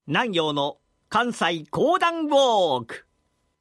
南陽の関西講談ウォーク。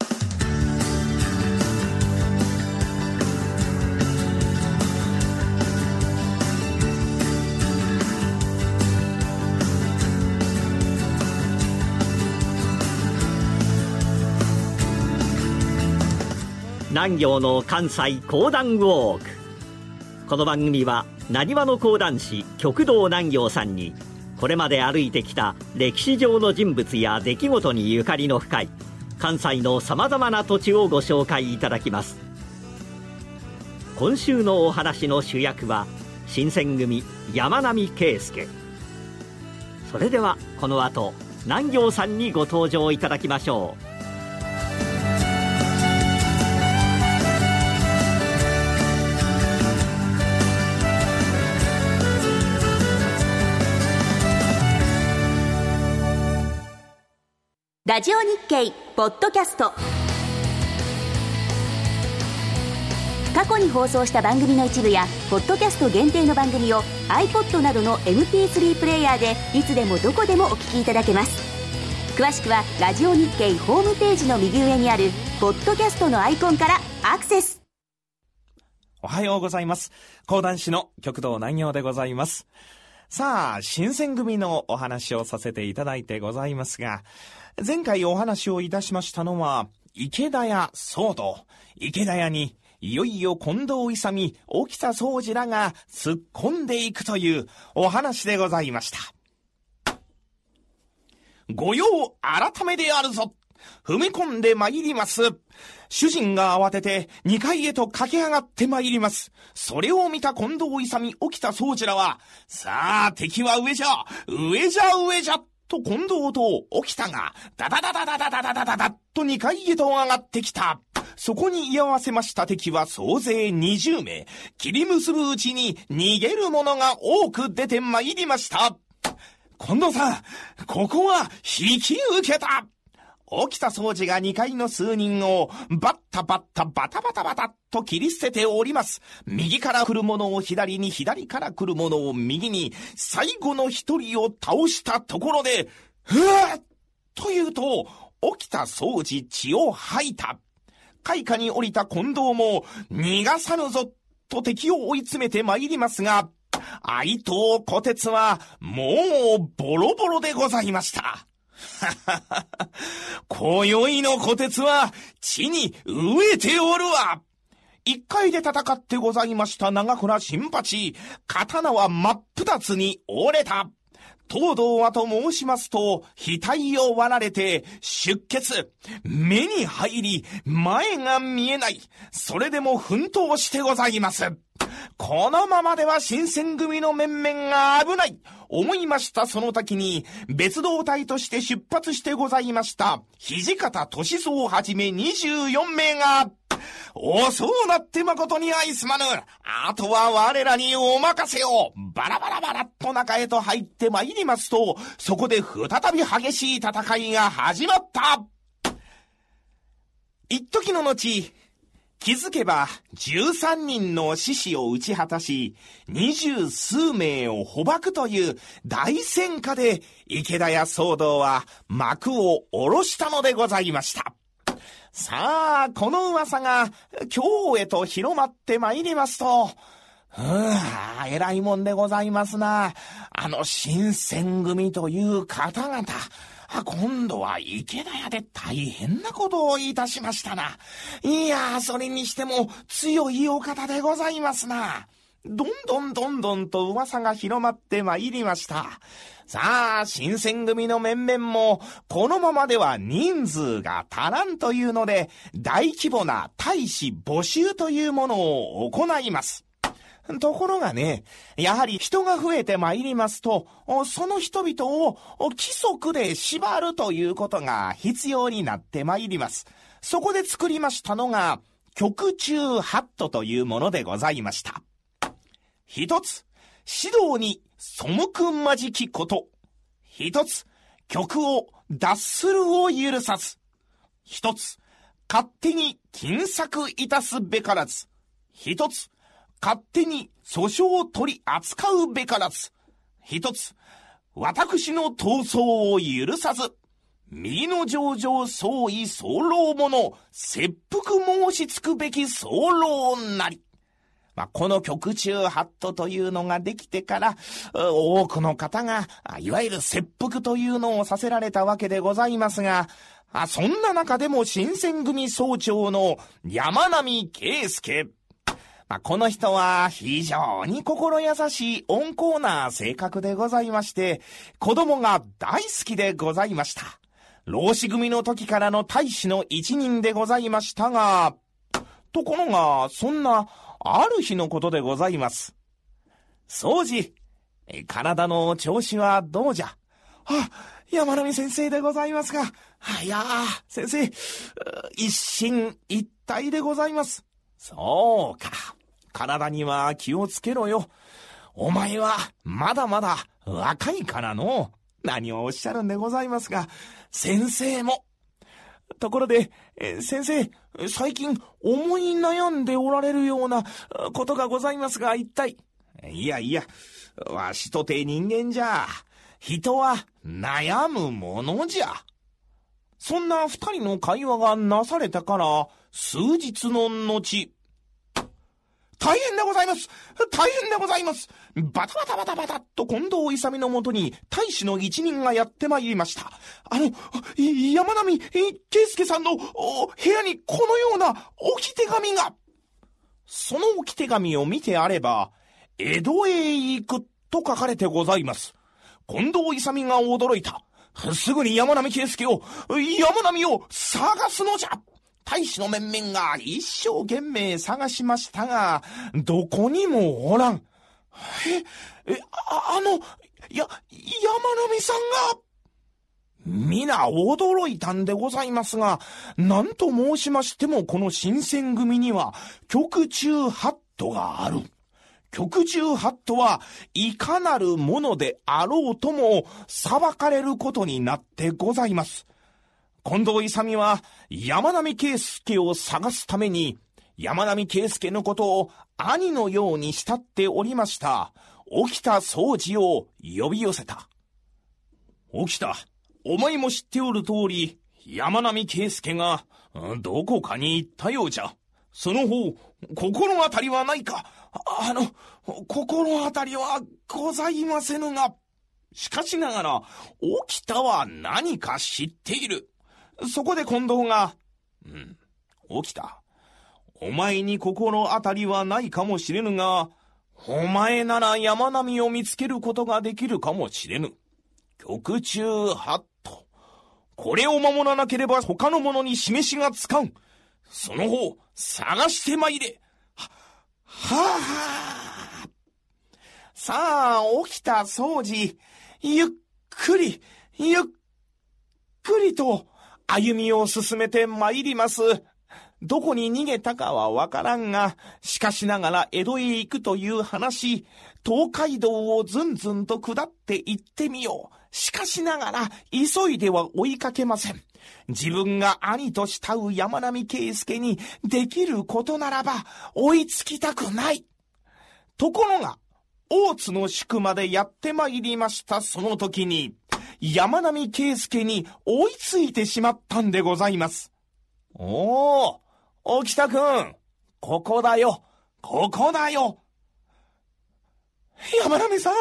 南陽の関西講談ウォーク。この番組はなにわの講談師旭堂南陽さんに、これまで歩いてきた歴史上の人物や出来事にゆかりの深い関西のさまざまな土地をご紹介いただきます。今週のお話の主役は新選組山並圭介。それではこの後南陽さんにご登場いただきましょう。 ラジオ日経ポッドキャスト、過去に放送した番組の一部やポッドキャスト限定の番組を iPod などの MP3 プレイヤーでいつでもどこでもお聞きいただけます。詳しくはラジオ日経ホームページの右上にあるポッドキャストのアイコンからアクセス。 おはようございます。講談師の旭堂南陽でございます。さあ、新選組のお話をさせていただいてございますが、前回お話をいたしましたのは池田屋騒動。池田屋にいよいよ近藤勇、沖田総司らが突っ込んでいくというお話でございました。御用改めであるぞ。踏み込んで参ります。主人が慌てて2階へと駆け上がって参ります。それを見た近藤勇、沖田総司らは、さあ敵は上じゃ上じゃ上じゃと近藤と沖田がダダダダダダダダダダダッと2階へと上がってきた。そこに居合わせました敵は総勢20名。切り結ぶうちに逃げる者が多く出て参りました。近藤さん、ここは引き受けた。沖田総司が2階の数人をバッタバッタバタバタバタと切り捨てております。右から来る者を左に、左から来る者を右に、最後の一人を倒したところで、ふわっというと、沖田総司血を吐いた。階下に降りた近藤も逃がさぬぞと敵を追い詰めて参りますが、愛藤虎鉄はもうボロボロでございました。今宵の虎鉄は地に飢えておるわ。一階で戦ってございました長倉新八、刀は真っ二つに折れた。東堂はと申しますと、額を割られて出血、目に入り前が見えない。それでも奮闘してございます。このままでは新選組の面々が危ない思いましたその時に、別動隊として出発してございました土方歳三をはじめ24名が、そうなって誠に愛すまぬ。あとは我らにお任せを。バラバラバラっと中へと入って参りますと、そこで再び激しい戦いが始まった。一時の後、気づけば13人の志士を討ち果たし、20数名を捕獲という大戦果で、池田屋騒動は幕を下ろしたのでございました。さあ、この噂が京へと広まってまいりますと、偉いもんでございますな。新選組という方々、今度は池田屋で大変なことをいたしましたな。いや、それにしても強いお方でございますな。どんどんと噂が広まってまいりました。さあ、新選組の面々もこのままでは人数が足らんというので、大規模な大使募集というものを行います。ところがね、やはり人が増えてまいりますと、その人々を規則で縛るということが必要になってまいります。そこで作りましたのが局中法度というものでございました。一つ、指導に背くまじきこと。一つ、局を脱するを許さず。一つ、勝手に禁策いたすべからず。一つ、勝手に訴訟を取り扱うべからず。一つ、 私の闘争を許さず、右の上々相違候者、切腹申しつくべき候なり。この局中法度というのができてから、多くの方が、いわゆる切腹というのをさせられたわけでございますが、そんな中でも新選組総長の山並圭介。この人は非常に心優しい温厚な性格でございまして、子供が大好きでございました。老子組の時からの大使の一人でございましたが、ところが、そんな、ある日のことでございます。宗次、体の調子はどうじゃ？山並先生でございますが、いや先生、一進一退でございます。そうか、体には気をつけろよ。お前はまだまだ若いからの。何をおっしゃるんでございますが、先生も。ところで、先生、最近思い悩んでおられるようなことがございますが、一体。いや、わしとて人間じゃ。人は悩むものじゃ。そんな二人の会話がなされたから、数日の後、大変でございます。大変でございます。バタバタバタバタと近藤勇のもとに大使の一人がやってまいりました。山並圭介さんの部屋にこのような置き手紙が。その置き手紙を見てあれば、江戸へ行くと書かれてございます。近藤勇が驚いた。すぐに山並圭介を探すのじゃ。大使の面々が一生懸命探しましたが、どこにもおらん。山並さんが。皆驚いたんでございますが、何と申しましてもこの新選組には局中法度がある。局中法度はいかなるものであろうとも裁かれることになってございます。近藤勇は山並圭介を探すために、山並圭介のことを兄のように慕っておりました沖田総司を呼び寄せた。沖田、お前も知っておる通り、山並圭介がどこかに行ったようじゃ。その方、心当たりはないか？心当たりはございませぬが、しかしながら沖田は何か知っている。そこで近藤が、沖田、お前に心当たりはないかもしれぬが、お前なら山並を見つけることができるかもしれぬ。局中法度。これを守らなければ他の者に示しがつかん。その方、探してまいれ。さあ、沖田総司、ゆっくりと、歩みを進めて参ります。どこに逃げたかはわからんが、しかしながら江戸へ行くという話、東海道をずんずんと下って行ってみよう。しかしながら急いでは追いかけません。自分が兄と慕う山並圭介にできることならば追いつきたくない。ところが、大津の宿までやってまいりましたその時に、山並圭介に追いついてしまったんでございます。沖田くん、ここだよ。山並さん。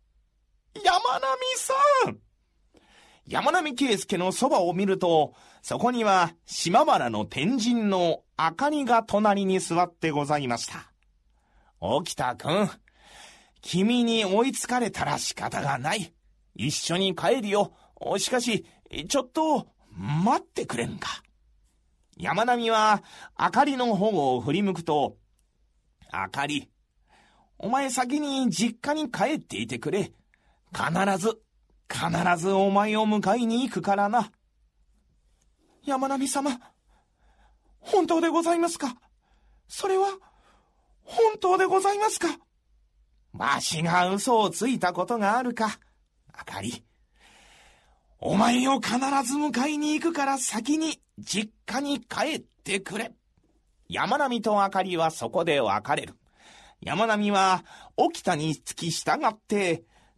山並圭介のそばを見ると、そこには島原の天神の明かりが隣に座ってございました。沖田くん、君に追いつかれたら仕方がない。一緒に帰るよ。しかし、ちょっと待ってくれんか。山並は明かりの方を振り向くと、明かり、お前先に実家に帰っていてくれ。必ずお前を迎えに行くからな。山並様、本当でございますか？それは本当でございますか？わしが嘘をついたことがあるか。明かり、お前を必ず迎えに行くから先に実家に帰ってくれ。山並と明かりはそこで別れる。山並は沖田に付き従って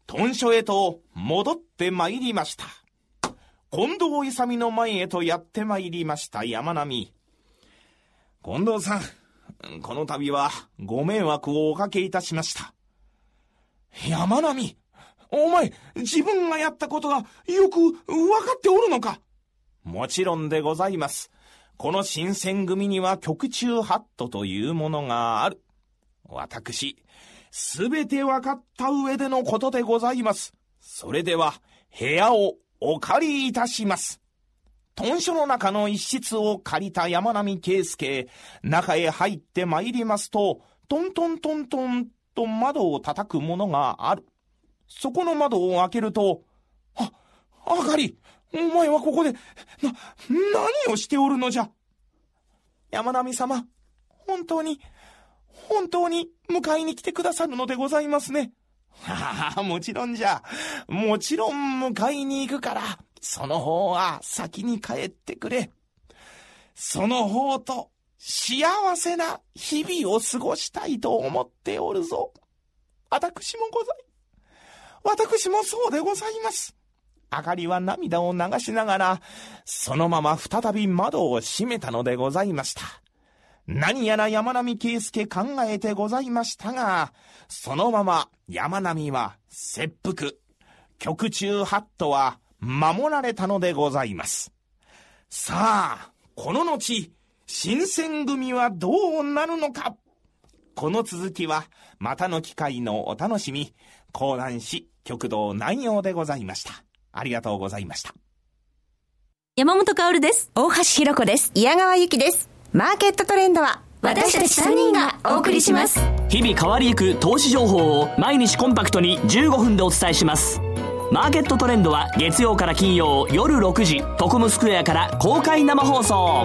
屯所へと戻ってまいりました。近藤勇の前へとやってまいりました山並。近藤さん、この度はご迷惑をおかけいたしました。山並、お前、自分がやったことがよくわかっておるのか？もちろんでございます。この新選組には局中法度というものがある。私、すべてわかった上でのことでございます。それでは、部屋をお借りいたします。屯所の中の一室を借りた山並圭介、中へ入ってまいりますと、トントントントンと窓を叩くものがある。そこの窓を開けると、あかり、お前はここで、何をしておるのじゃ。山並様、本当に迎えに来てくださるのでございますね。もちろんじゃ。もちろん迎えに行くから、その方は先に帰ってくれ。その方と幸せな日々を過ごしたいと思っておるぞ。私もそうでございます。あかりは涙を流しながら、そのまま再び窓を閉めたのでございました。何やら山並圭介考えてございましたが、そのまま山並は切腹、局中法度は守られたのでございます。さあ、この後、新選組はどうなるのか。この続きはまたの機会のお楽しみ。講談師旭堂南陽でございました。ありがとうございました。 山本薫です。 大橋ひろ子です。 矢川由紀です。 マーケットトレンドは私たち3人がお送りします。 日々変わりゆく投資情報を毎日コンパクトに15分でお伝えします。マーケットトレンドは月曜から金曜夜6時、トコムスクエアから公開生放送。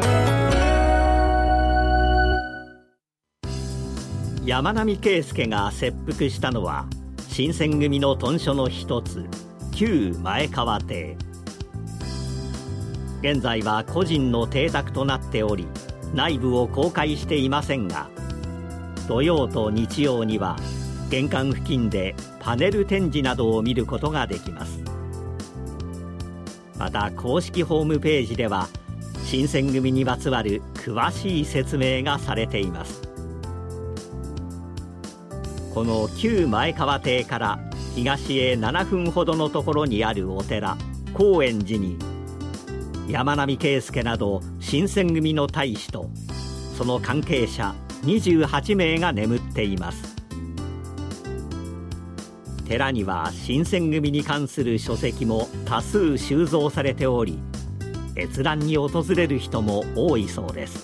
山並圭介が切腹したのは新選組の屯所の一つ、旧前川邸。現在は個人の邸宅となっており、内部を公開していませんが、土曜と日曜には玄関付近でパネル展示などを見ることができます。また公式ホームページでは新選組にまつわる詳しい説明がされています。この旧前川邸から東へ7分ほどのところにあるお寺高円寺に、山並圭介など新選組の大使とその関係者28名が眠っています。寺には新選組に関する書籍も多数収蔵されており、閲覧に訪れる人も多いそうです。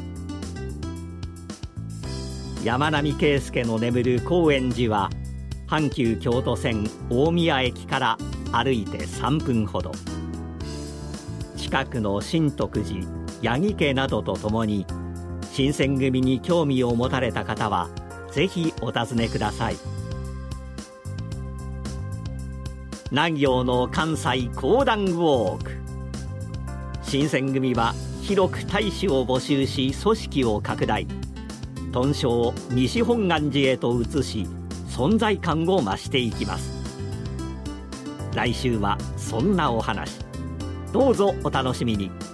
山並圭介の眠る高円寺は阪急京都線大宮駅から歩いて3分ほど。近くの新徳寺、八木家などとともに新選組に興味を持たれた方はぜひお尋ねください。南陽の関西講談ウォーク。新選組は広く大使を募集し組織を拡大、屯所を西本願寺へと移し存在感を増していきます。来週はそんなお話、どうぞお楽しみに。